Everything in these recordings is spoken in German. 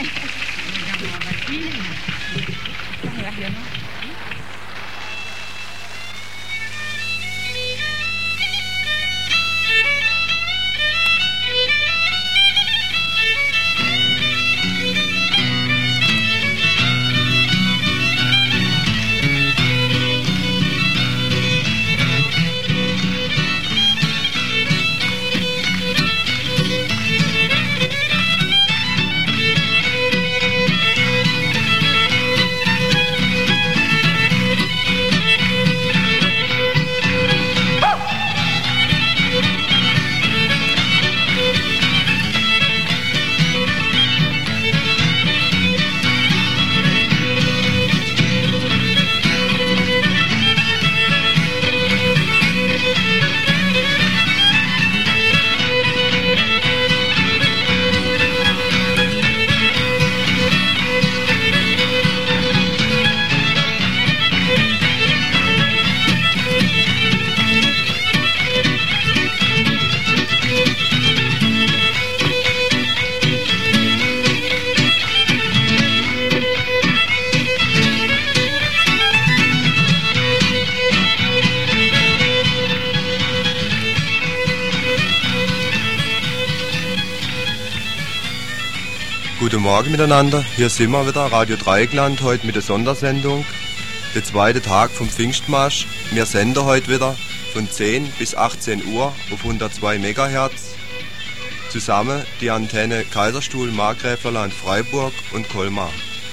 Guten Morgen miteinander, hier sind wir wieder, Radio Dreieckland, heute mit der Sondersendung, der zweite Tag vom Pfingstmarsch. Wir senden heute wieder von 10 bis 18 Uhr auf 102 MHz. Zusammen die Antenne Kaiserstuhl, Markgräflerland, Freiburg und Colmar.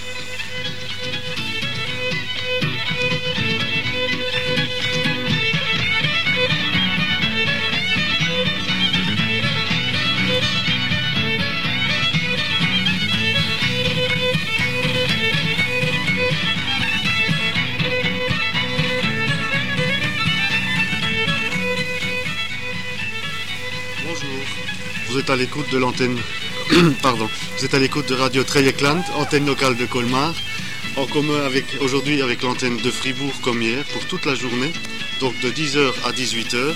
Vous êtes à l'écoute de l'antenne, pardon, vous êtes à l'écoute de Radio Dreieckland, antenne locale de Colmar, en commun aujourd'hui avec l'antenne de Fribourg comme hier, pour toute la journée, donc de 10h à 18h.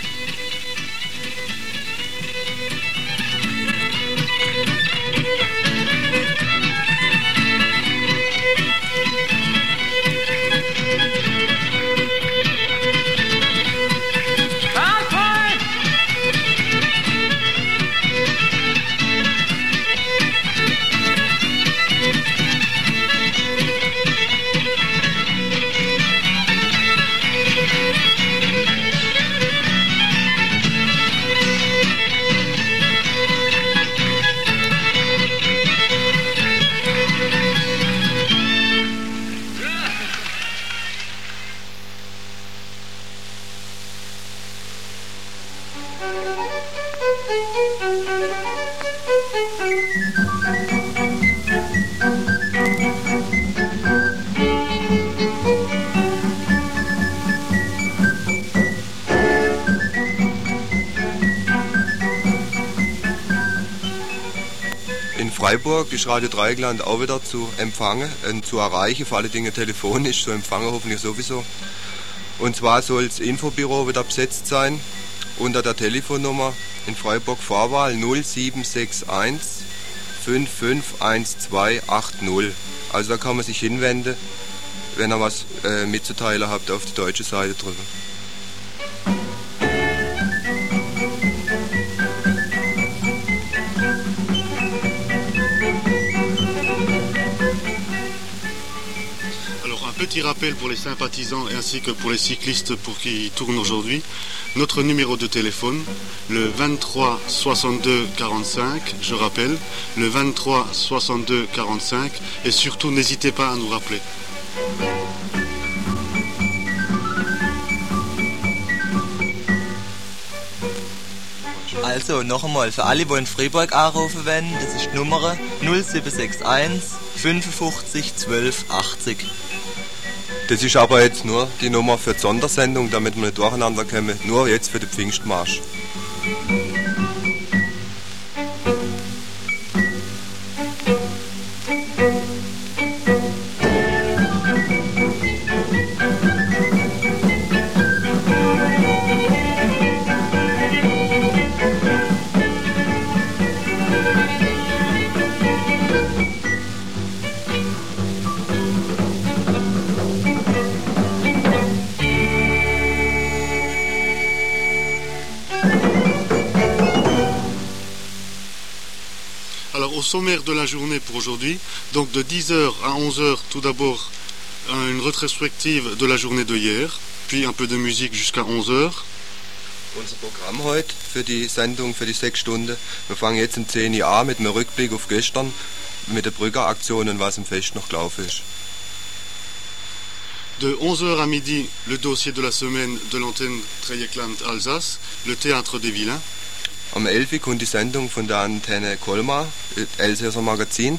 Freiburg ist Radio Dreieckland auch wieder zu empfangen und zu erreichen, vor allen Dingen telefonisch zu empfangen, hoffentlich sowieso. Und zwar soll das Infobüro wieder besetzt sein unter der Telefonnummer in Freiburg Vorwahl 0761 551280. Also da kann man sich hinwenden, wenn ihr was mitzuteilen habt, auf die deutsche Seite drücken. Petit rappel pour les sympathisants ainsi que pour les cyclistes pour qui tournent aujourd'hui. Notre numéro de téléphone, le 23 62 45, je rappelle, le 23 62 45 et surtout n'hésitez pas à nous rappeler. Also noch einmal, für alle, die in Freiburg anrufen wollen, das ist die Nummer 0761 55 12 80. Das ist aber jetzt nur die Nummer für die Sondersendung, damit wir nicht durcheinander kommen, nur jetzt für den Pfingstmarsch. sommaire de la journée pour aujourd'hui. Donc de 10h à 11h, tout d'abord une rétrospective de la journée de hier, puis un peu de musique jusqu'à 11h. Unser Programm heute für die Sendung, für die 6 Stunden. Wir fangen jetzt um 10 Uhr an mit einem Rückblick auf gestern, mit der Brückeraktion und was im Fest noch gelaufen ist. De 11h à midi, le dossier de la semaine de l'antenne Dreieckland Alsace, le théâtre des Vilains. Am 11 Uhr kommt die Sendung von der Antenne Colmar, Elsässer Magazin.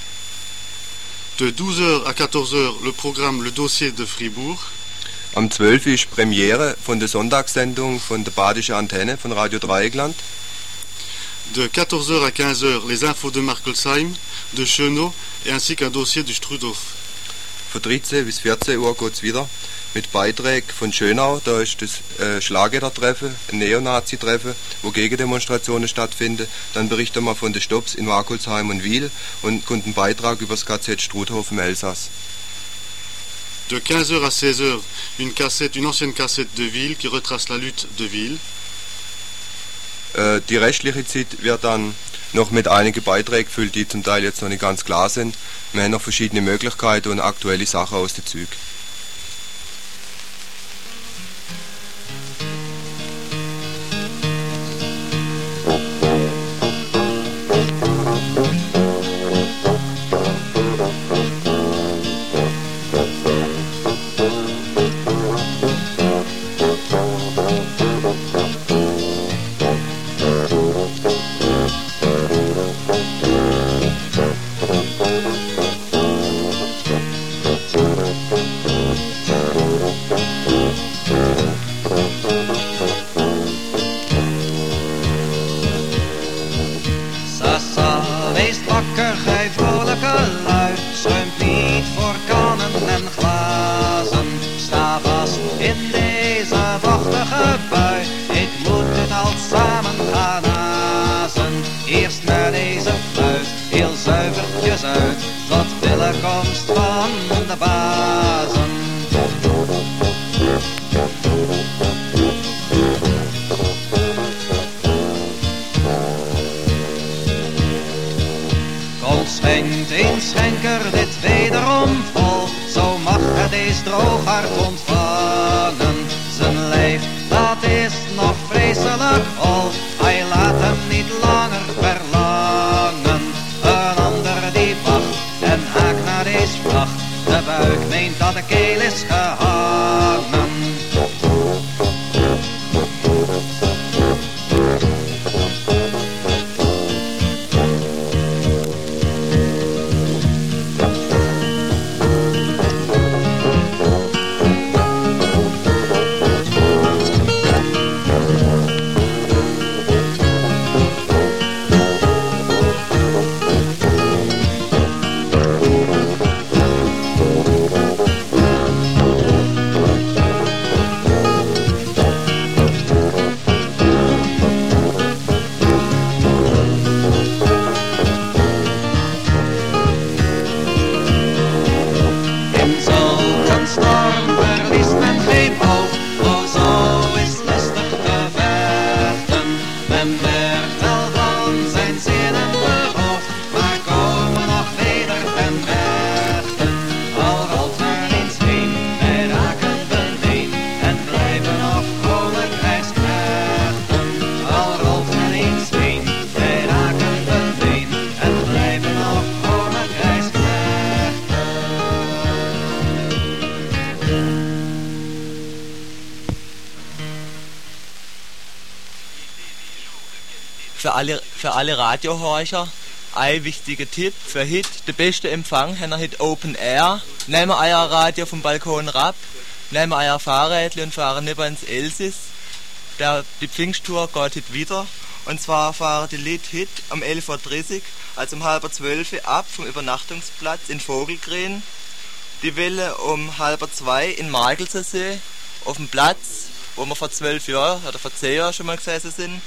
De 12h à 14h, le programme Le Dossier de Fribourg. Am 12 Uhr ist Premiere von der Sonntagssendung von der Badischen Antenne von Radio Dreieckland. De 14h à 15h, les infos de Markelsheim, de Schönau et ainsi qu'un dossier du Strudhof. Von 13 bis 14 Uhr geht es wieder mit Beiträgen von Schönau. Da ist das Schlagertreffen, ein Neonazi-Treffen, wo Gegendemonstrationen stattfinden. Dann berichten wir von den Stopps in Markelsheim und Wil und kommt ein Beitrag über das KZ Strudhof im Elsass. De 15h à 16h, une ancienne cassette de Wil qui retrace la lutte de Wil. Die restliche Zeit wird dann noch mit einigen Beiträgen gefüllt, die zum Teil jetzt noch nicht ganz klar sind. Wir haben noch verschiedene Möglichkeiten und aktuelle Sachen aus den Zügen. Für alle Radiohorcher ein wichtiger Tipp für Hit, der beste Empfang, haben wir Hit Open Air. Nehmen euer Radio vom Balkon ab, nehmen euer Fahrrädchen und fahren nicht ins Elsass. Die Pfingsttour geht heute wieder. Und zwar fahren die Lied Hit um 11.30 Uhr, also um 11.30 Uhr ab vom Übernachtungsplatz in Vogelgren. Die Welle um 1:30 in Markelsee auf dem Platz, wo wir vor 12 Jahren oder vor 10 Jahren schon mal gesessen sind.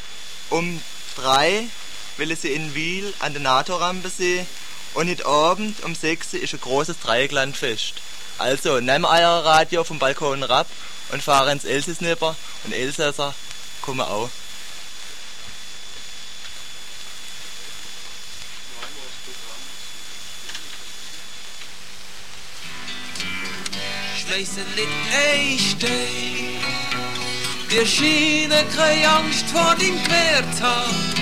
Um 3 will sie in Wil an der NATO-Rampe sehen und heute Abend um 6 ist ein großes Dreiecklandfest. Also nehmt euer Radio vom Balkon ab und fahren ins Elsass rüber und Elsässer kommen auch. schmeißen nicht ein Stein. Wir scheinen keine Angst vor dem Gewehr zu haben.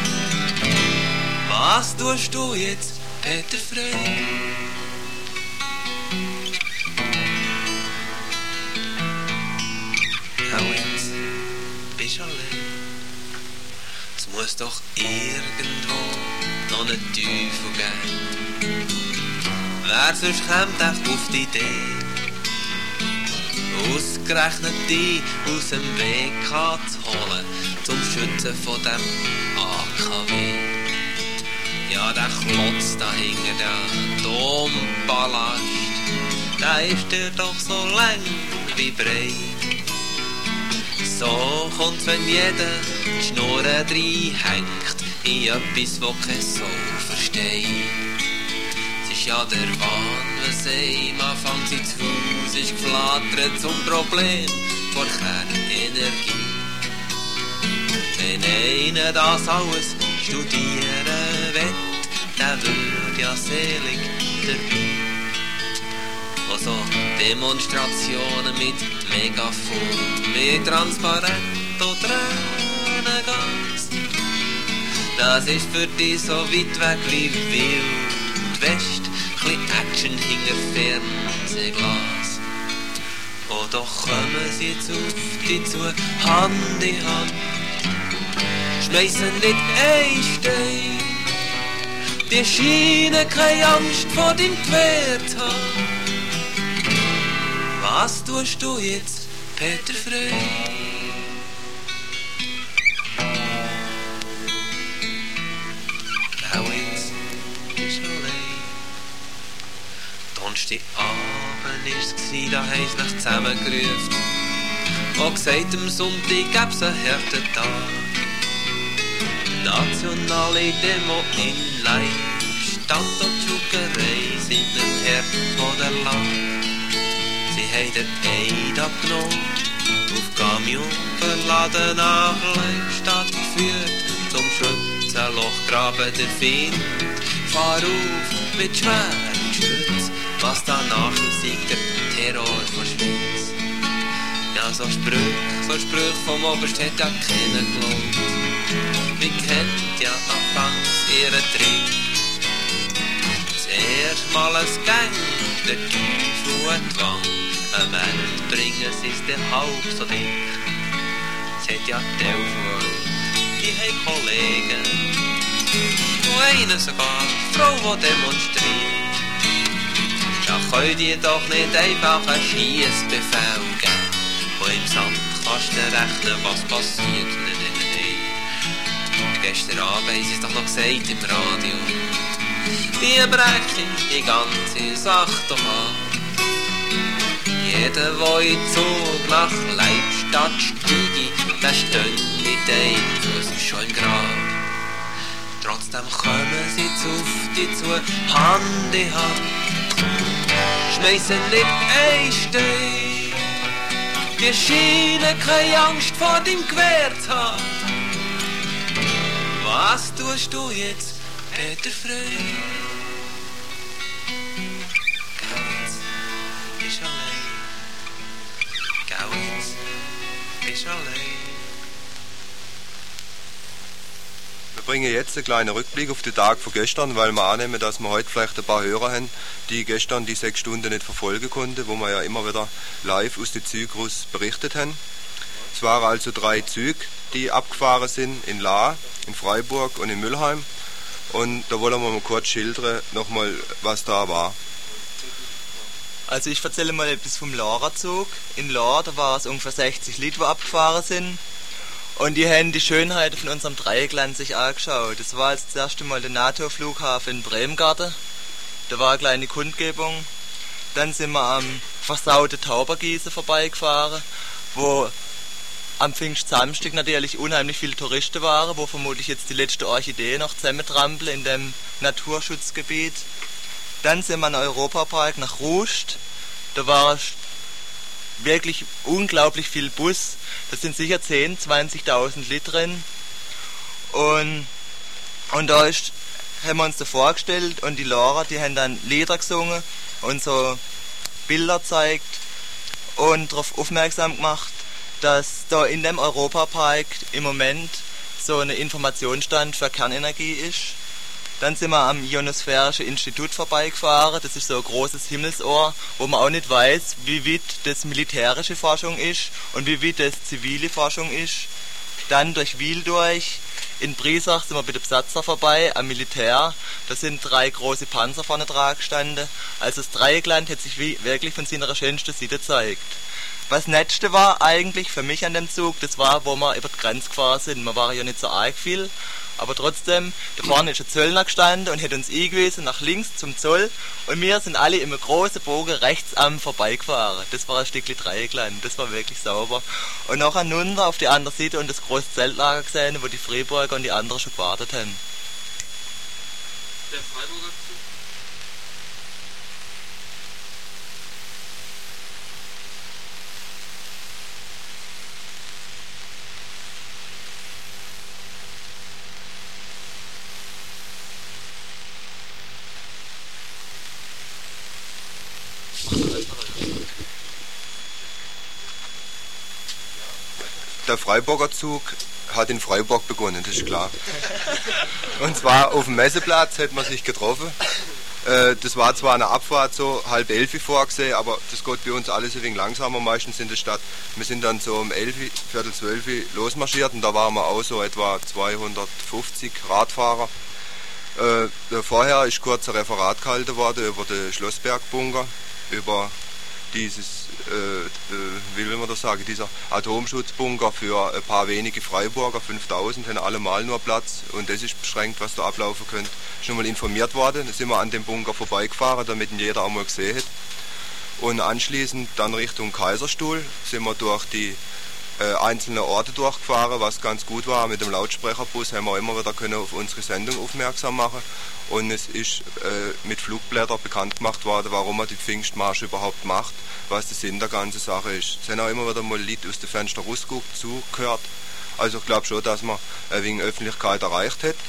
Was tust du jetzt, Peter Frey? Auch jetzt bist du allein. Es muss doch irgendwo noch einen Teufel geben. Wer sonst kommt einfach auf die Idee, ausgerechnet die aus dem WK zu holen, zum Schützen von dem AKW. Ja, der Klotz da hinten, der Dompalast, der ist dir doch so lang wie breit. So kommt's, wenn jeder die Schnurren reinhängt in etwas, wo kein Soul versteht. Es ist ja der Wahn, was am Anfang sein Haus ist geflattert zum Problem vor Kernenergie. Wenn einer das alles studieren will, der wird ja selig dabei. Also Demonstrationen mit Megafon, mit Transparent und Tränengas. Das ist für dich so weit weg wie Wild West, chli Action hinter Fernsehglas. Oh, doch kommen sie jetzt auf dich zu, Hand in Hand, schmeißen nicht ein Stein. Die scheinen keine Angst vor dem Gewehr zu haben. Was tust du jetzt, Peter Frey? Auch jetzt bist du allein. Donnerstagabend ist's, da heisst mich zusammengerufen und gesagt, am Sonntag gäb's einen harten Tag. Nationale Demo in Leipzig, Stand und Schuckerei sind im Herzen der Lage. Sie haben den Eid abgenommen, auf Camion verladen nach Leibstadt geführt, zum Schützenlochgraben der Find. Fahr auf mit schweren Geschütz, was danach ist, der Terror von Schweiz. Ja, so Sprüche vom Oberst hat ja keiner gelohnt. Wir kennt ja anfangs ihren Trick. Zuerst mal ein Gang, der Teufel und die Wand. Am Ende bringen sie's den halb so dick. Es hat ja Teil von euch, die haben Kollegen. Und einer sogar, Frau, die demonstriert. Da könnt ihr doch nicht einfach einen Schiessbefehl geben, wo im Sandkasten rechnen, was passiert. Nein. Gestern Abend haben sie es doch noch gesagt im Radio. Die brechen die ganze Sache doch an. Jeder, der in Zug nach Leibstadt steige, der steht mit einem Fuß schon im Grab. Trotzdem kommen sie auf dich zu, Hand in Hand, schmeißen nicht ein Stein. Die scheinen keine Angst vor dem Gewehr zu haben. Was tust du jetzt, Peter Frey? Wir bringen jetzt einen kleinen Rückblick auf den Tag von gestern, weil wir annehmen, dass wir heute vielleicht ein paar Hörer haben, die gestern die 6 Stunden nicht verfolgen konnten, wo wir ja immer wieder live aus den Zügen raus berichtet haben. Es waren also 3 Züge, die abgefahren sind in Lahr, in Freiburg und in Mülheim. Und da wollen wir mal kurz schildern, nochmal, was da war. Also ich erzähle mal etwas vom Lahrer Zug. In Lahr, da waren es ungefähr 60 Leute, die abgefahren sind. Und die haben die Schönheit von unserem Dreieckland sich angeschaut. Das war jetzt das erste Mal der NATO-Flughafen in Bremgarten. Da war eine kleine Kundgebung. Dann sind wir am versauten Taubergießen vorbeigefahren, wo am Pfingstsamstag natürlich unheimlich viele Touristen waren, wo vermutlich jetzt die letzte Orchidee noch zusammentrampeln in dem Naturschutzgebiet. Dann sind wir in den Europapark nach Rust. Da war wirklich unglaublich viel Bus. Da sind sicher 10.000, 20.000 Liter drin. Und da haben wir uns da vorgestellt und die Lehrer, die haben dann Lieder gesungen und so Bilder gezeigt und darauf aufmerksam gemacht, dass da in dem Europapark im Moment so eine Informationsstand für Kernenergie ist. Dann sind wir am Ionosphärischen Institut vorbeigefahren, das ist so ein großes Himmelsohr, wo man auch nicht weiß, wie weit das militärische Forschung ist und wie weit das zivile Forschung ist. Dann durch Wil durch, in Briesach sind wir bei der Besatzer vorbei, am Militär, da sind 3 große Panzer vorne dran gestanden, also das Dreieckland hat sich wirklich von seiner schönsten Seite gezeigt. Was Nettste war eigentlich für mich an dem Zug, das war, wo wir über die Grenze gefahren sind. Wir waren ja nicht so arg viel, aber trotzdem, da vorne ist ein Zöllner gestanden und hat uns eingewiesen nach links zum Zoll und wir sind alle im großen Bogen rechts am vorbeigefahren. Das war ein Stückchen Dreieckland, das war wirklich sauber. Und nachher runter auf die andere Seite und das große Zeltlager gesehen, wo die Freiburger und die anderen schon gewartet haben. Der Freiburger Zug? Der Freiburger Zug hat in Freiburg begonnen, das ist klar. Und zwar auf dem Messeplatz hat man sich getroffen. Das war zwar eine Abfahrt so 10:30 vorgesehen, aber das geht bei uns alles ein wenig langsamer meistens in der Stadt. Wir sind dann so um 11, 11:45 losmarschiert und da waren wir auch so etwa 250 Radfahrer. Vorher ist kurz ein Referat gehalten worden über den Schlossbergbunker, über dieses, wie will man das sagen, dieser Atomschutzbunker für ein paar wenige Freiburger, 5000, haben allemal nur Platz und das ist beschränkt, was da ablaufen könnte. Schon mal informiert worden, da sind wir an dem Bunker vorbeigefahren, damit ihn jeder einmal gesehen hat. Und anschließend dann Richtung Kaiserstuhl sind wir durch die einzelnen Orte durchgefahren, was ganz gut war. Mit dem Lautsprecherbus haben wir immer wieder können auf unsere Sendung aufmerksam machen. Und es ist mit Flugblättern bekannt gemacht worden, warum man die Pfingstmarsch überhaupt macht, was der Sinn der ganzen Sache ist. Es haben auch immer wieder mal Leute aus dem Fenster rausgeguckt, zugehört. Also ich glaube schon, dass man ein wenig Öffentlichkeit erreicht hat.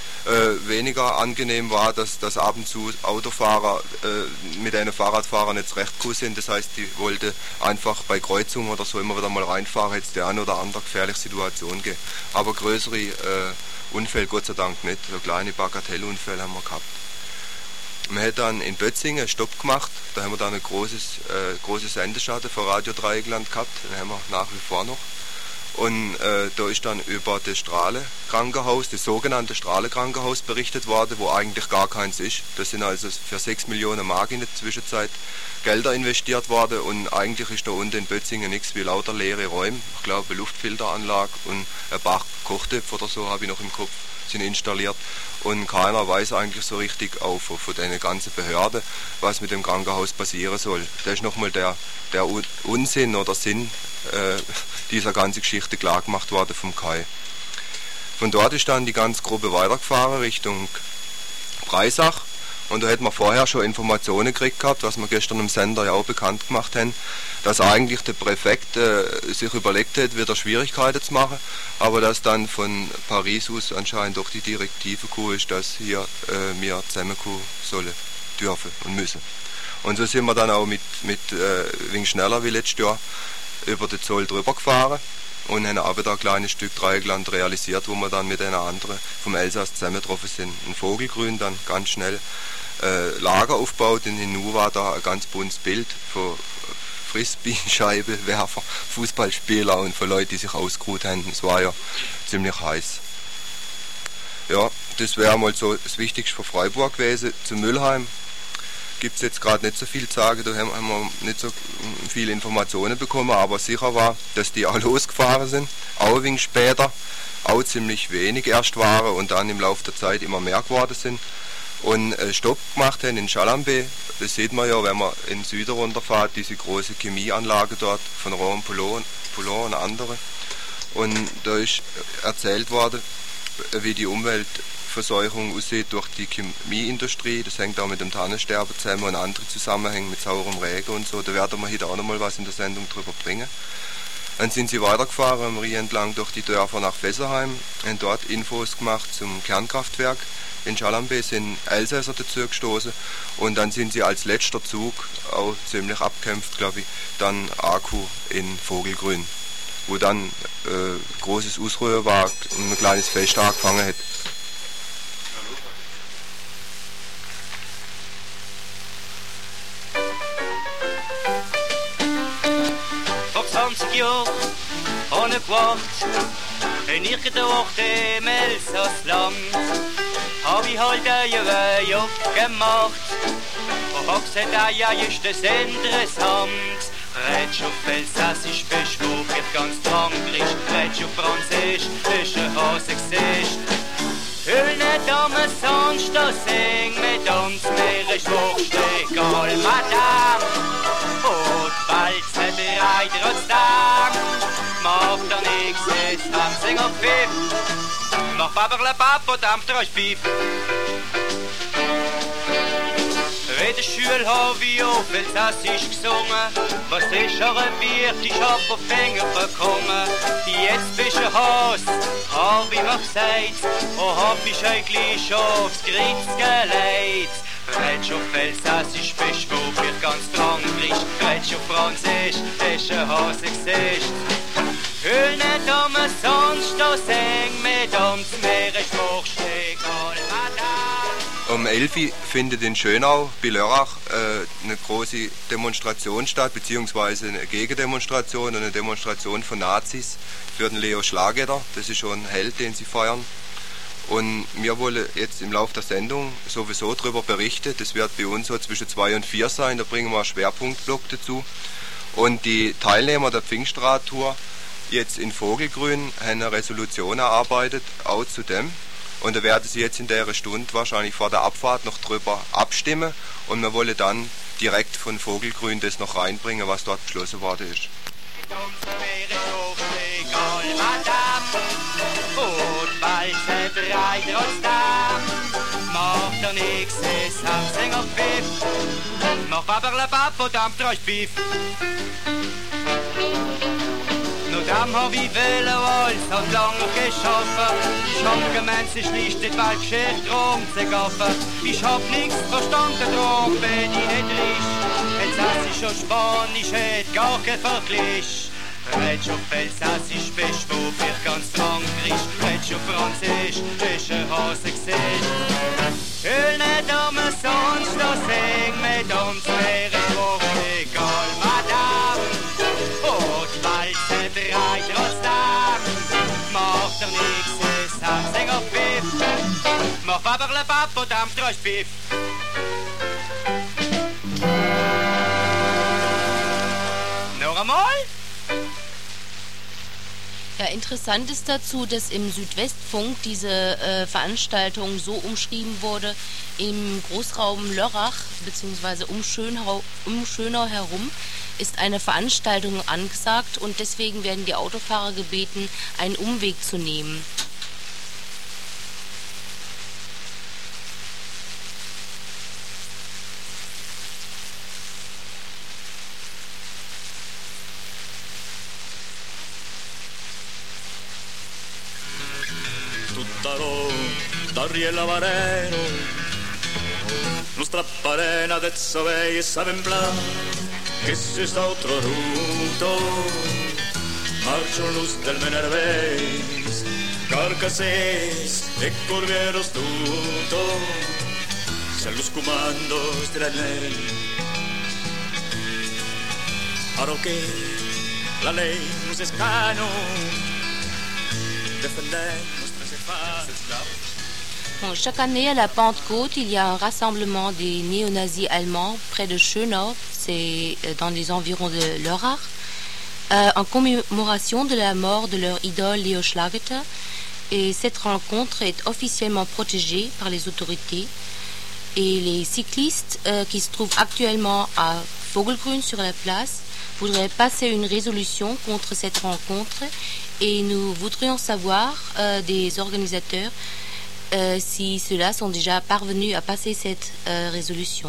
Weniger angenehm war, dass ab und zu Autofahrer mit einem Fahrradfahrer nicht zurecht gekommen sind. Das heißt, die wollten einfach bei Kreuzungen oder so immer wieder mal reinfahren, jetzt die eine oder andere gefährliche Situation geben. Aber größere Unfälle Gott sei Dank nicht. So kleine Bagatellunfälle haben wir gehabt. Man hat dann in Bötzingen einen Stopp gemacht. Da haben wir dann ein großes Sendeschatten für Radio Dreieckland gehabt. Den haben wir nach wie vor noch. Und da ist dann über das Strahle-Krankenhaus, das sogenannte Strahle-Krankenhaus berichtet worden, wo eigentlich gar keins ist. Da sind also für 6 Millionen Mark in der Zwischenzeit Gelder investiert worden und eigentlich ist da unten in Bötzingen nichts wie lauter leere Räume. Ich glaube, eine Luftfilteranlage und ein paar Kochtöpfe oder so habe ich noch im Kopf, sind installiert. Und keiner weiß eigentlich so richtig auch von den ganzen Behörden, was mit dem Krankenhaus passieren soll. Das ist nochmal der Unsinn oder Sinn dieser ganzen Geschichte klar gemacht worden vom Kai. Von dort ist dann die ganze Gruppe weitergefahren Richtung Breisach und da hätten wir vorher schon Informationen gekriegt gehabt, was wir gestern im Sender ja auch bekannt gemacht haben, dass eigentlich der Präfekt sich überlegt hat, wieder Schwierigkeiten zu machen, aber dass dann von Paris aus anscheinend doch die Direktive gekommen ist, dass hier wir zusammenkommen sollen, dürfen und müssen. Und so sind wir dann auch mit wenig schneller wie letztes Jahr über den Zoll drüber gefahren und haben auch wieder ein kleines Stück Dreieckland realisiert, wo wir dann mit einer anderen vom Elsass zusammengetroffen sind. In Vogelgrün dann ganz schnell Lager aufgebaut, in Hinu war da ein ganz buntes Bild von Frisbee-Scheibenwerfer, Fußballspieler und von Leuten, die sich ausgeruht haben. Es war ja ziemlich heiß. Ja, das wäre mal so das Wichtigste für Freiburg gewesen. Zu Mülheim gibt es jetzt gerade nicht so viel zu sagen, da haben wir nicht so viele Informationen bekommen, aber sicher war, dass die auch losgefahren sind, auch ein wenig später, auch ziemlich wenig erst waren und dann im Laufe der Zeit immer mehr geworden sind und Stopp gemacht haben in Schalambé. Das sieht man ja, wenn man in den Süden runterfährt, diese große Chemieanlage dort von Rouen Poulon und andere. Und da ist erzählt worden, wie die Umweltverseuchung aussieht durch die Chemieindustrie. Das hängt auch mit dem Tannensterben zusammen und andere Zusammenhänge mit saurem Regen und so. Da werden wir heute auch noch mal was in der Sendung drüber bringen. Dann sind sie weitergefahren am Rie entlang durch die Dörfer nach Fessenheim, haben dort Infos gemacht zum Kernkraftwerk. in Schalambé sind Elsässer dazu gestoßen und dann sind sie als letzter Zug, auch ziemlich abkämpft, glaube ich, dann Aku in Vogelgrün, wo dann großes Ausruhen war und ein kleines Fest angefangen hat. Vor 20 Jahren ohne gewartet, in irgendwo im Elsassland, hab ich halt einen Job gemacht und hab gesagt, ja, ist das interessant. Redst auf Elsassisch, bist du wirklich ganz Frankreich, redst auf Französisch, ist ein Hasegesicht. Hüll nicht sonst, da sing mit uns, mir ist wurscht, egal, Madame. Und bald sind wir ein trotzdem, macht doch nix, jetzt haben sie noch Pfiff. Mach Baberle Papa, dampft euch Pfiff. In der Schule hab ich auf Elsassisch gesungen, was ist arreviert, ich hab auf Finger bekommen. Jetzt bist du ein Hass, hab ich mir gesagt, und hab mich eigentlich aufs Kreuz gelegt. Redst auf Elsassisch, bist du wirklich ganz Frankreich, redst auf Französisch, ist ein Hasegesicht. Hüll nicht sonst, da sing mit uns, mir ist wurscht, egal, Madame. Um 11 Uhr findet in Schönau bei Lörrach eine große Demonstration statt, beziehungsweise eine Gegendemonstration, eine Demonstration von Nazis für den Leo Schlageter. Das ist schon ein Held, den sie feiern. Und wir wollen jetzt im Laufe der Sendung sowieso darüber berichten. Das wird bei uns so zwischen 2 und 4 sein, da bringen wir einen Schwerpunktblock dazu. Und die Teilnehmer der Pfingstradtour jetzt in Vogelgrün haben eine Resolution erarbeitet, auch zu dem. Und da werden sie jetzt in der Stunde wahrscheinlich vor der Abfahrt noch drüber abstimmen. Und wir wollen dann direkt von Vogelgrün das noch reinbringen, was dort beschlossen worden ist. Und bald sind wir ein trotzdem, macht doch nix, es haben sie noch Pfiff. Mach Baberle Papa, dampft euch Pfiff. Nur dem hab ich wollen, alles hat lange geschaffen. Ich hab gemeint, sie schlichtet, weil Geschichte rumzugaffen. Ich hab nix verstanden, drum bin ich nicht reich. Jetzt hast du schon Spanisch, hätt gar kein Vergleich. Redst auf Elsassisch, bist du für ganz Frankreich, redst auf Französisch, ist ein Hasegesicht. Hüll nicht sonst, da sing mit uns, mir ist wurscht, egal, Madame. Und bald sind wir ein trotzdem, macht doch nix, es hat sich auf Pfiff. Mach Baberle Papa, dampft euch Pfiff. Noch einmal? Ja, interessant ist dazu, dass im Südwestfunk diese Veranstaltung so umschrieben wurde, im Großraum Lörrach bzw. um Schönau herum ist eine Veranstaltung angesagt und deswegen werden die Autofahrer gebeten, einen Umweg zu nehmen. D'Ariela Varero, nostra parena det savei e saben blan, che se sta otro ruto, marcio luz del Menerveis, Carcassés e Corvieros tuto, se los comandos de la ley, aro que la ley nos escano, defendemos. Bon, chaque année à la Pentecôte, il y a un rassemblement des néo-nazis allemands près de Schönau, c'est dans les environs de Lörrach, en commémoration de la mort de leur idole Leo Schlageter. Et cette rencontre est officiellement protégée par les autorités. Et les cyclistes qui se trouvent actuellement à Vogelgrün sur la place voudraient passer une résolution contre cette rencontre. Et nous voudrions savoir des organisateurs si ceux-là sont déjà parvenus à passer cette résolution.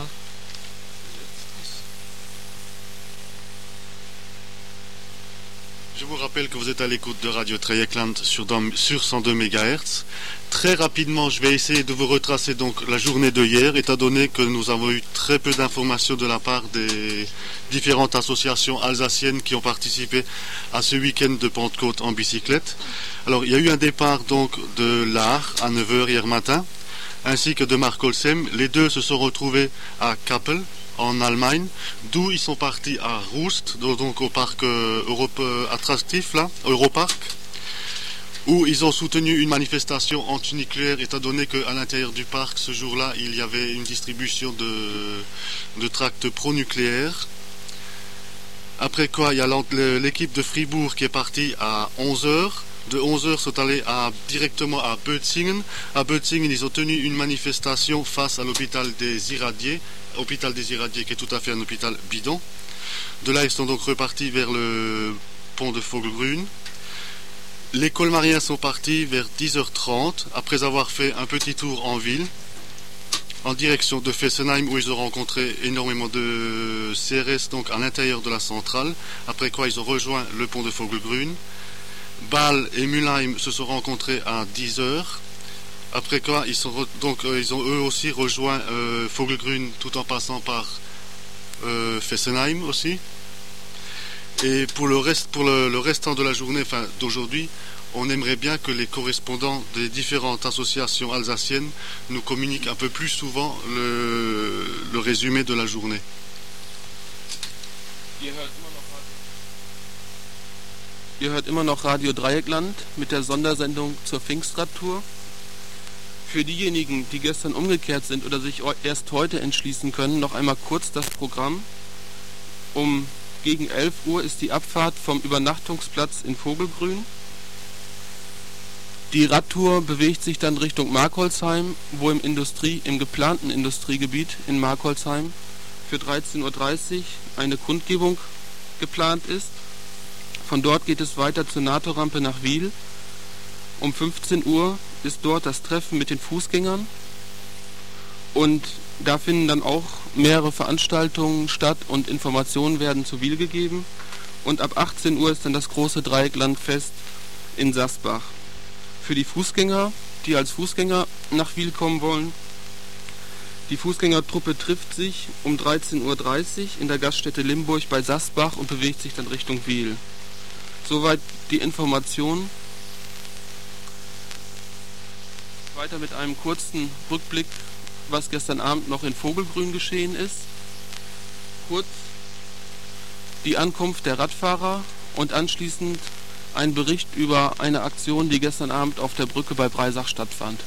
Je vous rappelle que vous êtes à l'écoute de Radio Dreieckland sur 102 MHz. Très rapidement, je vais essayer de vous retracer donc la journée de hier, étant donné que nous avons eu très peu d'informations de la part des différentes associations alsaciennes qui ont participé à ce week-end de Pentecôte en bicyclette. Alors, il y a eu un départ donc de l'Aar à 9h hier matin, ainsi que de Markolsheim. Les deux se sont retrouvés à Kappel, en Allemagne, d'où ils sont partis à Roest, donc au parc attractif, là, Europark, où ils ont soutenu une manifestation anti-nucléaire, étant donné qu'à l'intérieur du parc, ce jour-là, il y avait une distribution de tracts pro-nucléaires. Après quoi, il y a l'équipe de Fribourg qui est partie à 11h. De 11h, sont allés directement à Bötzingen. À Bötzingen, ils ont tenu une manifestation face à l'hôpital des Irradiés, qui est tout à fait un hôpital bidon. De là, ils sont donc repartis vers le pont de Vogelgrün. Les colmariens sont partis vers 10h30, après avoir fait un petit tour en ville, en direction de Fessenheim, où ils ont rencontré énormément de CRS donc à l'intérieur de la centrale, après quoi ils ont rejoint le pont de Vogelgrün. Bâle et Mülheim se sont rencontrés à 10h, après quoi ils ont eux aussi rejoint Vogelgrün tout en passant par Fessenheim aussi. Et pour le restant de la journée, enfin d'aujourd'hui, on aimerait bien que les correspondants des différentes associations alsaciennes nous communiquent un peu plus souvent le résumé de la journée. Ihr hört immer noch Radio Dreieckland mit der Sondersendung zur Pfingstradtour. Für diejenigen, die gestern umgekehrt sind oder sich erst heute entschließen können, noch einmal kurz das Programm. Gegen 11 Uhr ist die Abfahrt vom Übernachtungsplatz in Vogelgrün. Die Radtour bewegt sich dann Richtung Markolsheim, wo im geplanten Industriegebiet in Markolsheim für 13:30 Uhr eine Kundgebung geplant ist. Von dort geht es weiter zur NATO-Rampe nach Wiel. Um 15 Uhr ist dort das Treffen mit den Fußgängern. Und da finden dann auch mehrere Veranstaltungen statt und Informationen werden zu Wiel gegeben. Und ab 18 Uhr ist dann das große Dreiecklandfest in Sasbach. Für die Fußgänger, die als Fußgänger nach Wiel kommen wollen, die Fußgängertruppe trifft sich um 13:30 Uhr in der Gaststätte Limburg bei Sasbach und bewegt sich dann Richtung Wiel. Soweit die Information. Weiter mit einem kurzen Rückblick, was gestern Abend noch in Vogelgrün geschehen ist. Kurz die Ankunft der Radfahrer und anschließend ein Bericht über eine Aktion, die gestern Abend auf der Brücke bei Breisach stattfand.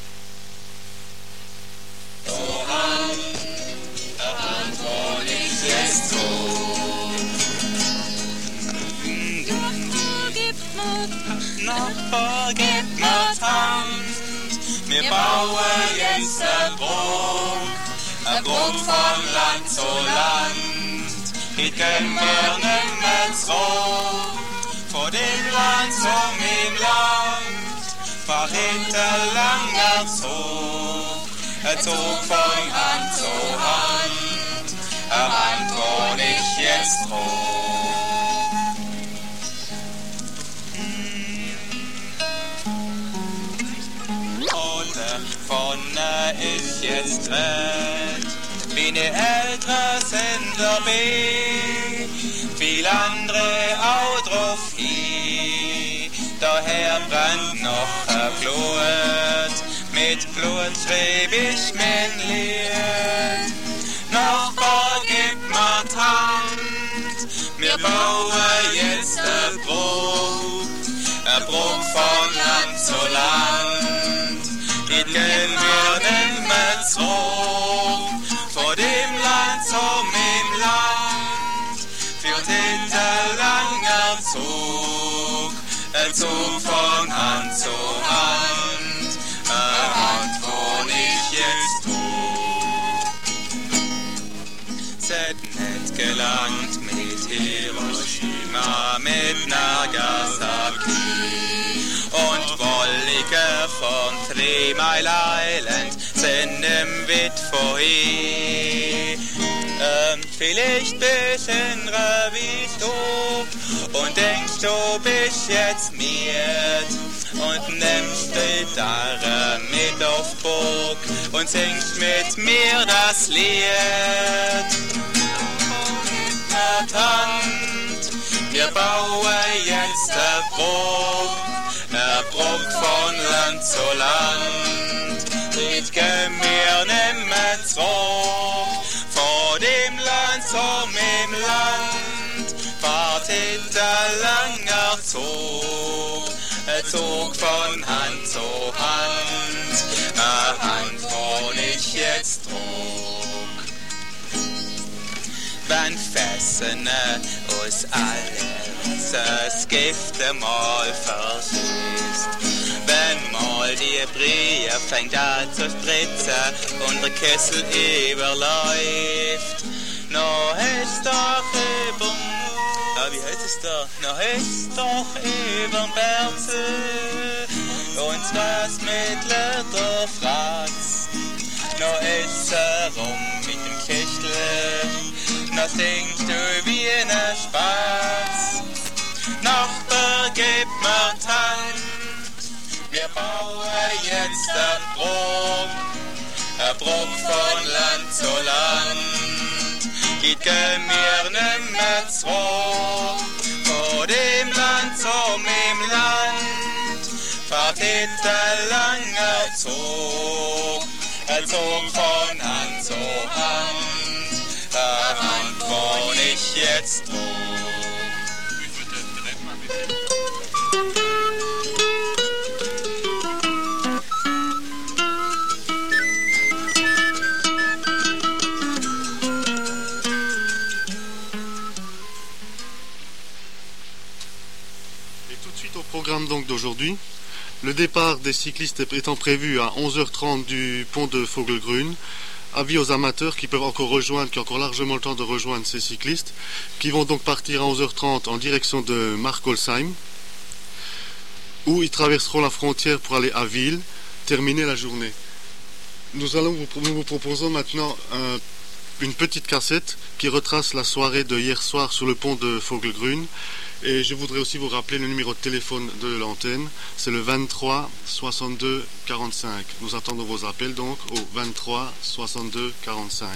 Nachbar, gib mir's Hand, wir bauen jetzt ein Brot von Land zu Land. Geht gehen wir nimmer zurück, von dem Land zum im Land, fahr hinter langer Zug, ein Zug von Hand zu Hand, eine Hand, wo ich jetzt ruh. Vorne ist jetzt red, wie ne Ältere sind dabei, viel andere auch drauf hin. Daher brennt noch ein Blut, mit Blut schreib ich mein Lied. Nachbar, gib mir die Hand, wir bauen jetzt ein Brot von Land zu Land. Geht gehen wir nimmer zurück, vor dem Land zum im Land, führt hinter langer Zug, ein Zug von Hand zu Hand, eine Hand, wo ich jetzt tu. Es hat nicht gelangt mit Hiroshima, mit Nagasaki und Wollige von 3 Mile Island sind im Witt vorhin. Vielleicht bisschen wie du und denkst, du bist jetzt miert und nimmst die Gitarre mit auf Burg und singst mit mir das Lied. Tant, wir bauen jetzt eine Brug von Land zu Land. Ich geh mir nimmer zurück, von dem Land zum Land, fahrt hinter langer Zug, ein Zug von Hand zu Hand, eine Hand, wo ich jetzt trug. Wenn Fessene aus alles das Gift mal verschießt, wenn mal die Brie fängt an zu spritzen und der Kessel überläuft, noch ist doch wie heißt es da? Noch ist doch überm Berzel und was mit Leder Fratz, noch ist rum mit dem Kichtel, noch singst du wie ein Spatz. Nachbar, gib mir Hand, wir bauen jetzt eine Brug von Land zu Land. Geht mir nimmer zurück, von dem Land zum Land, fahrt hinter langer Zug, ein Zug von Hand zu Hand, eine Hand, wo ich jetzt trug. Programme donc d'aujourd'hui. Le départ des cyclistes étant prévu à 11h30 du pont de Vogelgrün. Avis aux amateurs qui peuvent encore rejoindre, qui ont encore largement le temps de rejoindre ces cyclistes, qui vont donc partir à 11h30 en direction de Markolsheim, où ils traverseront la frontière pour aller à Wil, terminer la journée. Nous vous proposons maintenant une petite cassette qui retrace la soirée de hier soir sur le pont de Vogelgrün. Et je voudrais aussi vous rappeler le numéro de téléphone de l'antenne, c'est le 23 62 45. Nous attendons vos appels donc au 23 62 45.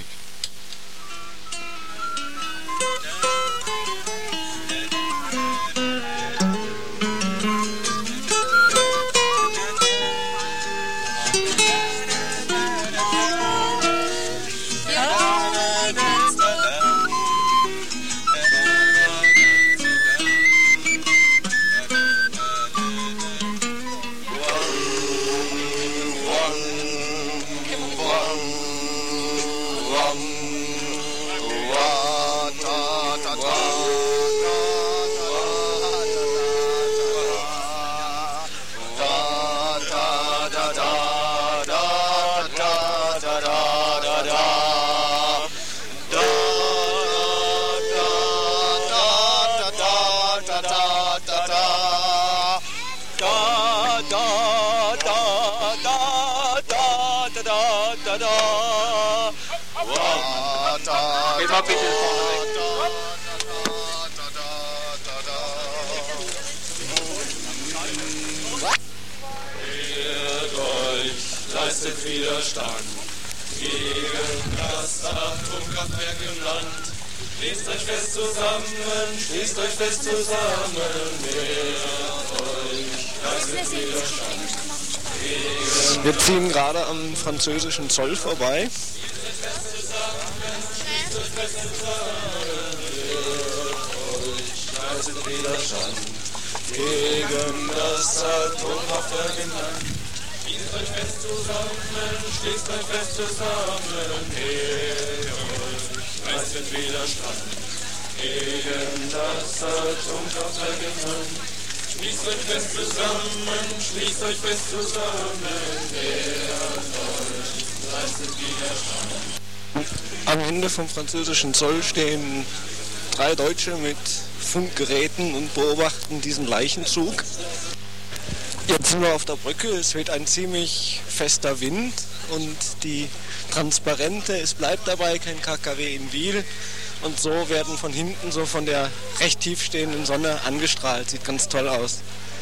Leistet Widerstand gegen das Atomkraftwerk im Land. Schließt euch fest zusammen, schließt euch fest zusammen, wehrt euch, leistet Widerstand. Wir ziehen gerade am französischen Zoll vorbei. Leistet Widerstand gegen das Atomkraftwerk im Land. Schließt euch fest zusammen, schließt euch fest zusammen, wehrt euch, leistet Widerstand gegen das Atomkraftwerk im Land. Schließt euch fest zusammen, schließt euch fest zusammen, wehrt euch, leistet Widerstand. Am Ende vom französischen Zoll stehen 3 Deutsche mit Funkgeräten und beobachten diesen Leichenzug. Jetzt sind wir auf der Brücke, es weht ein ziemlich fester Wind, und die Transparente, es bleibt dabei kein KKW in Wil. Und so werden von hinten, so von der recht tief stehenden Sonne angestrahlt. Sieht ganz toll aus.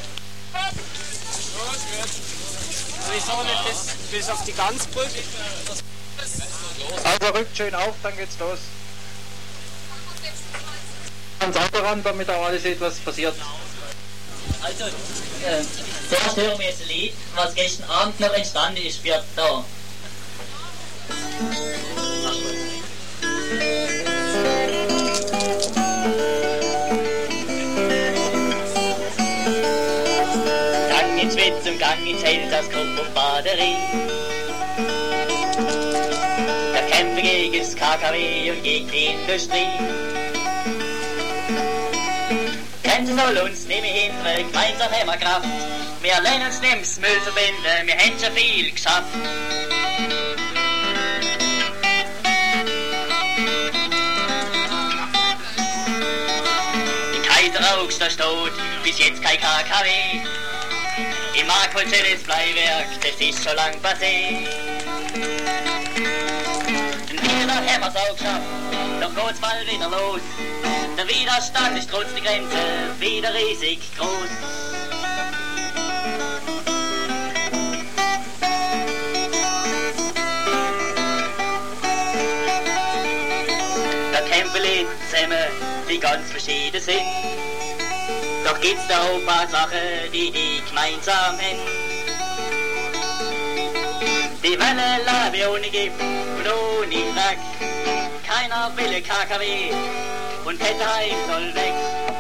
Die Sonne bis auf die Ganzbrücke. Also rückt schön auf, dann geht's los. Ans Auto ran, damit auch alles sieht, was passiert. Also, zuerst hören wir jetzt ein Lied, was gestern Abend noch entstanden ist, wird da. Gang ins Witz und Gang ins Held, das Kopf und Baderie. Der Kämpfe gegen das KKW und gegen die Industrie. Grenzen soll uns nicht mehr hindern, gemeinsam haben wir Kraft. Wir lernen uns nicht das Müll verbinden, wir haben schon viel geschafft. In Kaiser Augst, da steht bis jetzt kein KKW. Im Markholzell das Bleiwerk, das ist schon lang passé. Und wieder haben wir's auch geschafft, doch geht's bald wieder los. Der Widerstand ist trotz der Grenze wieder riesig groß. Da kämpfen Leute zusammen, die ganz verschieden sind. Doch gibt's da auch ein paar Sachen, die gemeinsam haben. Die wollen leben ohne Gift und ohne Dreck. Keiner will ein KKW und Petterheim soll weg.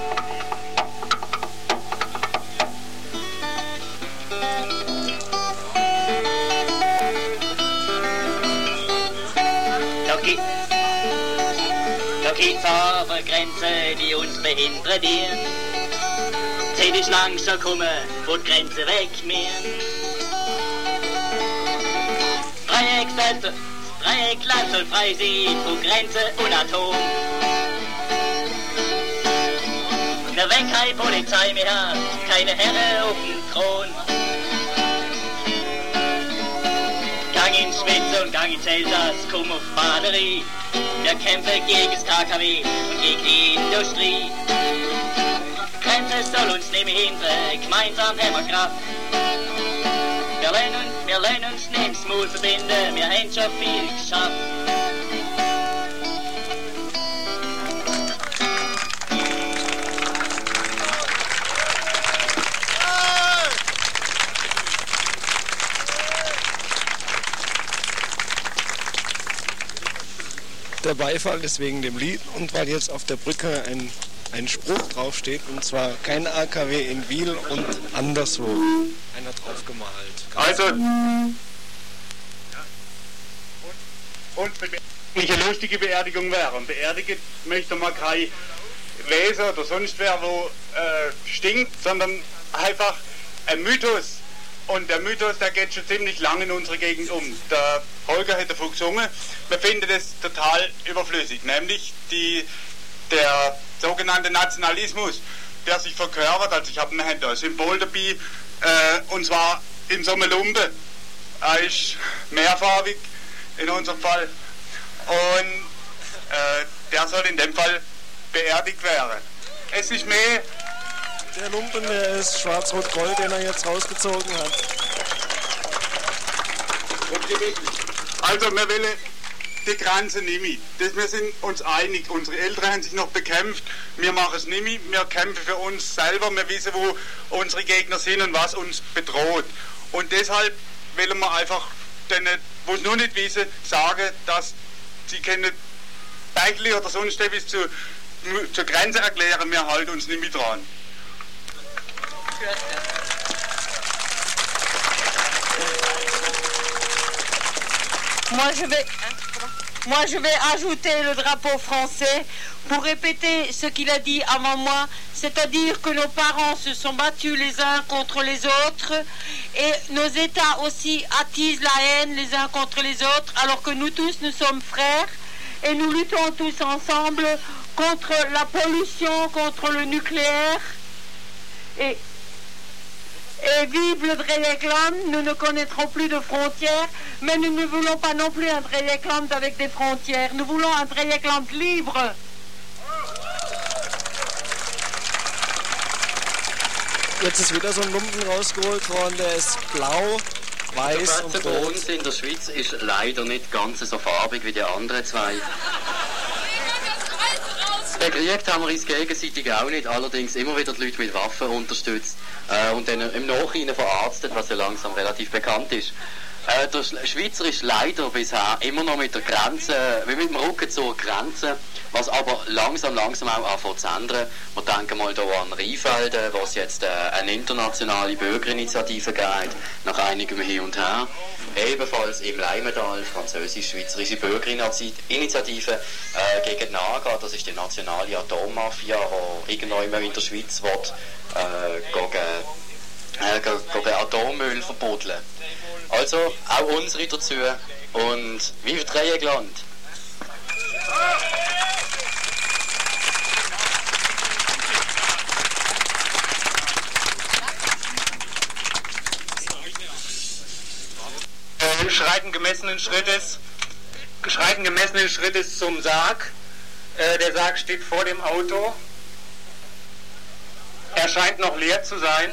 Doch gibt's aber Grenzen, die uns behindern. Zeit ist langsam gekommen, wo die Grenzen weg müssen. Dreieckland soll frei sein von Grenze und Atom. Wir wollen keine Polizei mehr, keine Herren auf dem Thron. Gang ins Schwitz und gang ins Elsass, komm auf Baderie. Wir kämpfen gegen das KKW und gegen die Industrie. Grenze soll uns nicht mehr hindern, gemeinsam haben wir Kraft. Wir lernen uns nicht das Maul verbinden, wir haben schon viel geschafft. Der Beifall ist wegen dem Lied und weil jetzt auf der Brücke ein Spruch draufsteht, und zwar kein AKW in Wil und anderswo. Einer drauf gemalt. Also, und eine lustige Beerdigung wäre. Beerdigen möchte man kein Wesen oder sonst wer, wo stinkt, sondern einfach ein Mythos. Und der Mythos, der geht schon ziemlich lange in unserer Gegend um. Der Holger hat davon gesungen. Wir finden das total überflüssig, nämlich der sogenannte Nationalismus, der sich verkörpert. Also wir haben da ein Symbol dabei, und zwar in so einem Lumpen. Er ist mehrfarbig in unserem Fall und der soll in dem Fall beerdigt werden. Es ist mehr... Der Lumpen, der ist schwarz-rot-gold, den er jetzt rausgezogen hat. Also wir wollen die Grenze nicht mehr. Wir sind uns einig. Unsere Eltern haben sich noch bekämpft. Wir machen es nicht mehr. Wir kämpfen für uns selber. Wir wissen, wo unsere Gegner sind und was uns bedroht. Und deshalb wollen wir einfach denen, wo es noch nicht wissen, sagen, dass sie können Bäckli oder sonst etwas zur Grenze erklären. Wir halten uns nicht mehr dran. Moi je vais ajouter le drapeau français pour répéter ce qu'il a dit avant moi, c'est-à-dire que nos parents se sont battus les uns contre les autres et nos États aussi attisent la haine les uns contre les autres, alors que nous tous nous sommes frères et nous luttons tous ensemble contre la pollution, contre le nucléaire Et vive le Dreieckland, nous ne connaîtrons plus de frontières, mais nous ne voulons pas non plus un Dreieckland avec des frontières. Nous voulons un Dreieckland libre. Jetzt ist wieder so ein Lumpen rausgeholt worden, der ist blau, weiß und rot. Der bei uns in der Schweiz ist leider nicht ganz so farbig wie die anderen zwei. Bekriegt haben wir uns gegenseitig auch nicht, allerdings immer wieder die Leute mit Waffen unterstützt und dann im Nachhinein verarztet, was ja langsam relativ bekannt ist. Der Schweizer ist leider bisher immer noch mit der Grenze, wie mit dem Rücken zur Grenze, was aber langsam auch anfängt zu ändern. Wir denken mal hier an Rheinfelden, wo es jetzt eine internationale Bürgerinitiative gibt, nach einigem Hin und Her. Ebenfalls im Leimental, französisch-schweizerische Bürgerinitiative gegen die NAGA, das ist die nationale Atommafia, die irgendwann in der Schweiz will, gegen Atommüll verbuddeln. Also auch unsere dazu und vive Dreieckland! Schreiten gemessenen Schrittes zum Sarg. Der Sarg steht vor dem Auto. Er scheint noch leer zu sein.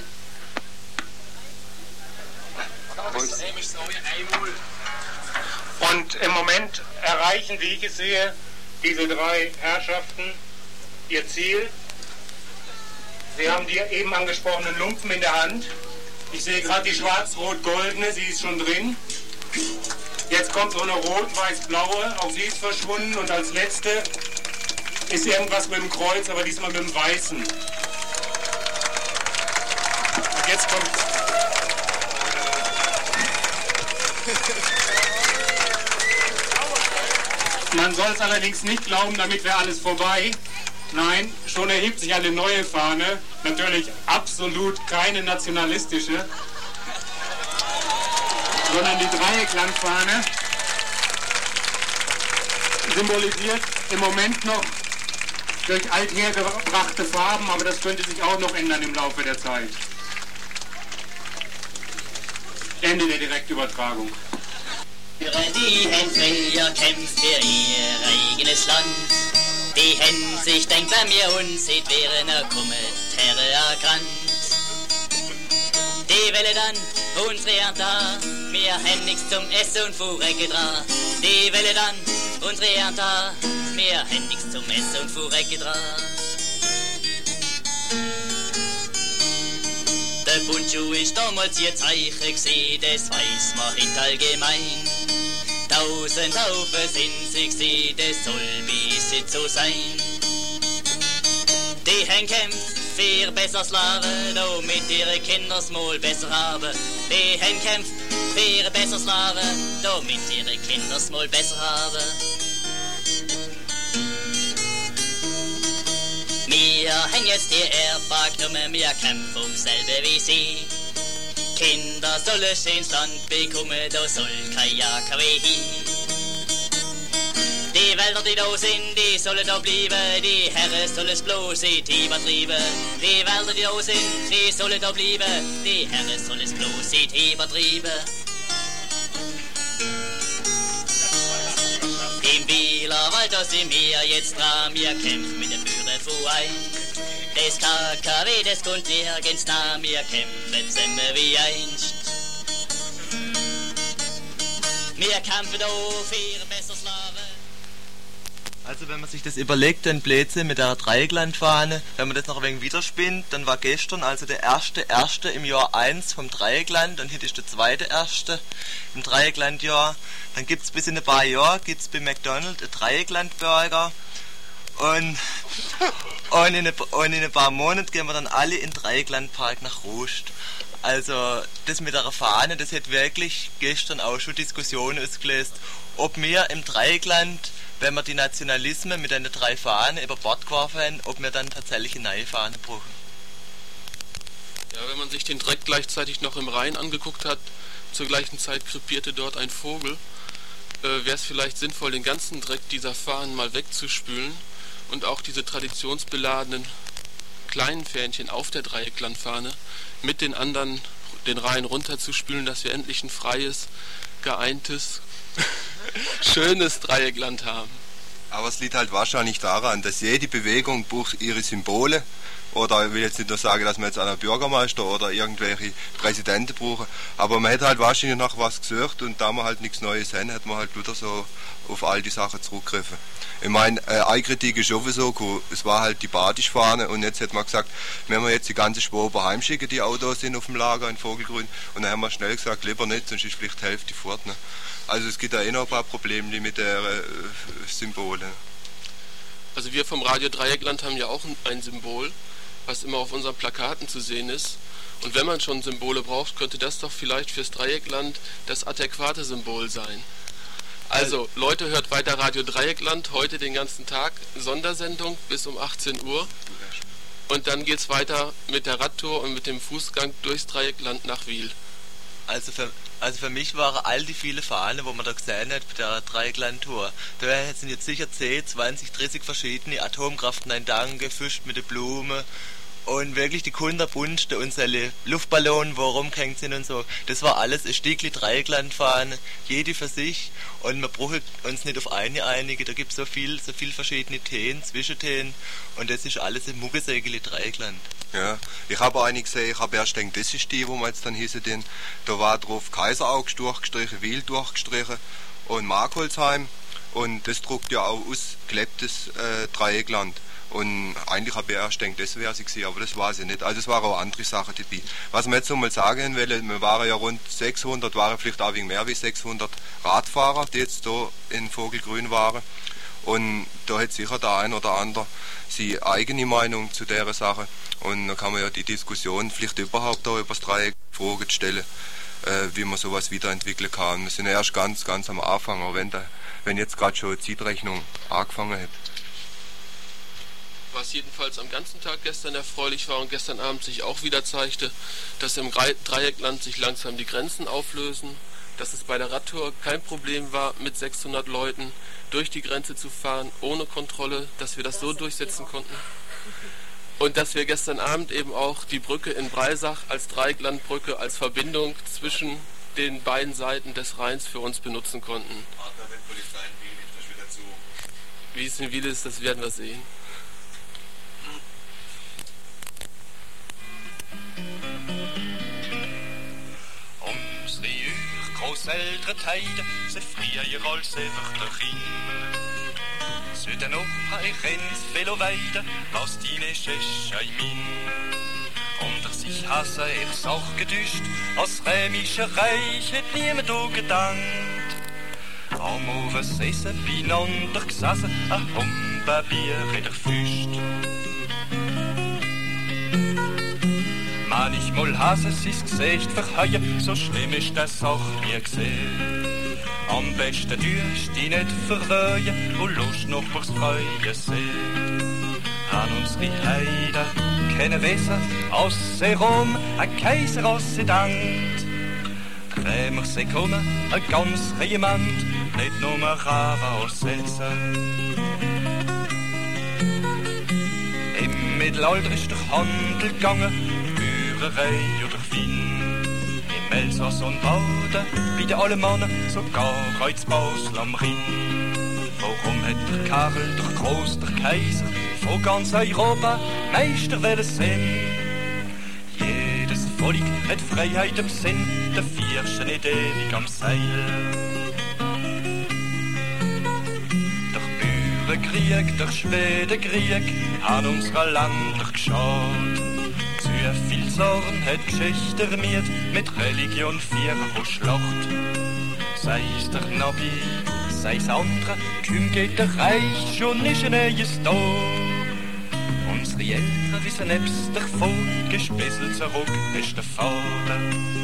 Und im Moment erreichen, wie ich es sehe, diese drei Herrschaften ihr Ziel. Sie haben die eben angesprochenen Lumpen in der Hand. Ich sehe gerade die schwarz-rot-goldene, sie ist schon drin. Jetzt kommt so eine rot-weiß-blaue, auch sie ist verschwunden. Und als letzte ist irgendwas mit dem Kreuz, aber diesmal mit dem Weißen. Und jetzt kommt... Man soll es allerdings nicht glauben, damit wäre alles vorbei. Nein, schon erhebt sich eine neue Fahne, natürlich absolut keine nationalistische, sondern die Dreiecklandfahne symbolisiert im Moment noch durch althergebrachte Farben, aber das könnte sich auch noch ändern im Laufe der Zeit. Ende der Direktübertragung. Die Hen früher kämpft für ihr eigenes Land. Die Hen sich denkt, wenn wir uns sieht, wären er Kommentare erkannt. Die Welle dann unsere Ernte, wir haben nichts zum Essen und Fuhrecke dran. Die Welle dann unsere Ernte, wir haben nichts zum Essen und Fuhrecke dran. Der Bundschuh ist damals ihr Zeichen gewesen, das weiß man nicht allgemein. 1000 Haufen sind sie gewesen, das soll bis jetzt so sein. Die haben kämpft für besseres Leben, damit ihre Kinder es mal besser haben. Die haben kämpft für besseres Leben, damit ihre Kinder es mal besser haben. Wir haben jetzt die Erdbar genommen, wir kämpfen um selbe wie sie. Kinder sollen ins Land bekommen, da soll kein AKW hin. Die Wälder, die da sind, die sollen da bleiben, die Herren sollen es bloß nicht übertreiben. Die Wälder, die da sind, die sollen da bleiben, die Herren sollen es bloß nicht übertreiben. Im Bieler Wald, da sind wir jetzt dran, wir kämpfen mit den Bauernverein. Das KKW, das kommt nirgends nah, wir kämpfen zusammen wie einst. Wir kämpfen da für ein besseres Leben. Also wenn man sich das überlegt, den Blödsinn mit der Dreiecklandfahne, wenn man das noch ein wenig widerspinnt, dann war gestern also der 1.1. im Jahr 1 vom Dreieckland und heute ist der 2.1. im Dreiecklandjahr. Dann gibt es bis in ein paar Jahren, gibt's bei McDonald's einen Dreiecklandburger und in ein paar Monaten gehen wir dann alle in den Dreiecklandpark nach Rust. Also das mit der Fahne, das hat wirklich gestern auch schon Diskussionen ausgelöst, ob wir im Dreieckland, wenn wir die Nationalismen mit den 3 Fahnen über Bord geworfen haben, ob wir dann tatsächlich eine neue Fahne brauchen. Ja, wenn man sich den Dreck gleichzeitig noch im Rhein angeguckt hat, zur gleichen Zeit krepierte dort ein Vogel, wäre es vielleicht sinnvoll, den ganzen Dreck dieser Fahnen mal wegzuspülen und auch diese traditionsbeladenen kleinen Fähnchen auf der Dreiecklandfahne mit den anderen den Rhein runterzuspülen, dass wir endlich ein freies, geeintes, schönes Dreieckland haben. Aber es liegt halt wahrscheinlich daran, dass jede Bewegung braucht ihre Symbole. Oder ich will jetzt nicht nur sagen, dass man jetzt einen Bürgermeister oder irgendwelche Präsidenten brauchen, aber man hätte halt wahrscheinlich nach was gesucht und da man halt nichts Neues haben, hat man halt wieder so auf all die Sachen zurückgegriffen. Ich meine, eine Kritik ist sowieso, es war halt die Badischfahne und jetzt hat man gesagt, wenn wir jetzt die ganze Schwaben heimschicken, die Autos sind auf dem Lager in Vogelgrün, und dann haben wir schnell gesagt, lieber nicht, sonst ist vielleicht die Hälfte fort. Ne? Also es gibt da noch ein paar Probleme mit der Symbolen. Also wir vom Radio Dreieckland haben ja auch ein Symbol, was immer auf unseren Plakaten zu sehen ist. Und wenn man schon Symbole braucht, könnte das doch vielleicht fürs Dreieckland das adäquate Symbol sein. Also, Leute, hört weiter Radio Dreieckland, heute den ganzen Tag, Sondersendung bis um 18 Uhr. Und dann geht's weiter mit der Radtour und mit dem Fußgang durchs Dreieckland nach Wil. Also für mich waren all die viele Fahnen, wo man da gesehen hat, bei der Dreieckland-Tour. Da sind jetzt sicher 10, 20, 30 verschiedene Atomkraften ein Dank, gefischt mit den Blumen und wirklich die kunterbunte und seine Luftballonen, wo rumgehängt sind und so. Das war alles ein Stückchen Dreieckland-Fahnen, jede für sich, und man braucht uns nicht auf eine einige, da gibt es so viel verschiedene Themen, Zwischenthemen, und das ist alles im Muggesägeli Dreieckland. Ja, ich habe eine gesehen, ich habe erst gedacht, das ist die, wo man jetzt dann hießen, denn da war drauf Kaiseraugst durchgestrichen, Wil durchgestrichen und Markholzheim, und das druckt ja auch ausgeklebtes Dreieckland. Und eigentlich habe ich erst gedacht, das wäre sie gewesen, aber das war sie nicht. Also es waren auch andere Sachen dabei. Was wir jetzt noch mal sagen wollen, wir waren ja rund 600, waren vielleicht auch wegen mehr wie 600 Radfahrer, die jetzt da in Vogelgrün waren. Und da hat sicher der ein oder andere seine eigene Meinung zu dieser Sache. Und da kann man ja die Diskussion vielleicht überhaupt auch über das Dreieck Fragen stellen, wie man sowas weiterentwickeln kann. Wir sind ja erst ganz am Anfang, auch wenn jetzt gerade schon die Zeitrechnung angefangen hat. Was jedenfalls am ganzen Tag gestern erfreulich war und gestern Abend sich auch wieder zeigte, dass im Dreieckland sich langsam die Grenzen auflösen, dass es bei der Radtour kein Problem war, mit 600 Leuten durch die Grenze zu fahren, ohne Kontrolle, dass wir das so durchsetzen konnten. Und dass wir gestern Abend eben auch die Brücke in Breisach als Dreiecklandbrücke, als Verbindung zwischen den beiden Seiten des Rheins für uns benutzen konnten. Wie es in Wil ist, das werden wir sehen. Großeltern tiden, ze frier als evertechin. Zuiden op hij grens veel weiden, was die Scheschemin. Onder sich hasse er zag geduscht, als Römische Reich het niemand ook gedankt. Am oversessen beieinander gesessen, een Humpenbier in der Füst. Manchmal hasse sie's Gesicht verheuen, so schlimm ist das auch nie gesehen. Am besten tust dich nicht verwöhnen und Lust noch durchs freie See. An unsere Heiden kennen Wesen aus Rom, ein Kaiser aus Sedant. Krämer sie kommen, ein ganz Regiment, nicht nur Rava aus Essen. Im Mittelalter ist der Handel gegangen, Bürgerei oder Wien. Im Elsass und Baden, bei den Alemannen, sogar als Basel am Rhein. Warum hat der Karl, der Groß, der Kaiser, von ganz Europa Meister wollen sein? Jedes Volk hat Freiheit im Sinn, der Vierste nicht ewig am Seil. Der Bauernkrieg, der Schwedenkrieg, an unserer Länder geschaut. Zu viel Sorgen hat Geschichte ermiert, mit Religion pro Schlacht. Sei es der Nabi, sei es andere, kaum geht der Reich, schon ist ein neues da. Unsere Eltern wissen nebst davon, gespesselt zurück ist der Vater.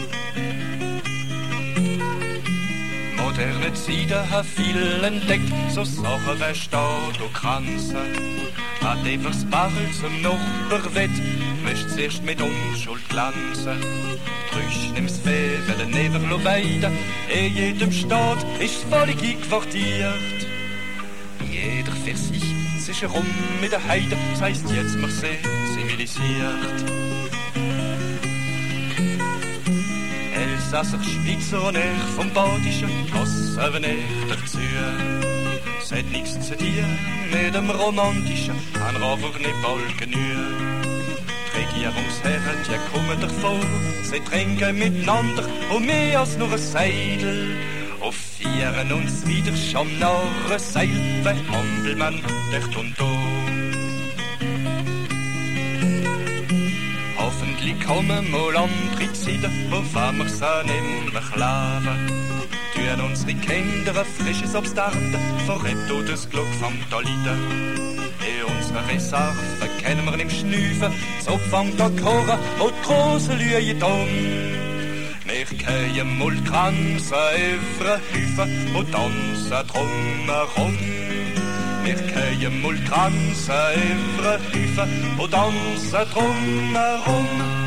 Moderne Zeiten haben viel entdeckt, so Sachen wie Staat und Kranzen. Hat etwas Barrel zum Nachbar wett, möcht zuerst mit Unschuld glanzen. Drüsch nimm's weh, weil der Neverlo weiden, in jedem Staat ist völlig einquartiert. Jeder für sich, sich herum mit der Heide, das heisst jetzt wir sind zivilisiert. dass sich Schweizer und ich vom Badischen Wasser wenn ich dazu. Es hat nichts zu dir mit dem Romantischen, ein Raver nicht bald genug. Die Regierungsherren, die kommen doch vor, sie trinken miteinander und mehr als nur ein Seidel. Offieren uns wieder schon nach ein Seil, weil Handelmann dort und da. Hoffentlich kommen mal andere Zeiten, wo wir sie nicht mehr klaven. Tun unsere Kinder ein frisches Obstarte, verrebt du das Glück vom Doliden. Unsere Reserven kennen wir nicht schnüfen, so fängt der Chor und die große Lüge dumm. Wir gehen mal Kranze über Hüfen und tanzen drumherum. Wir gehen mal Kranze über Hüfen und tanzen drumherum.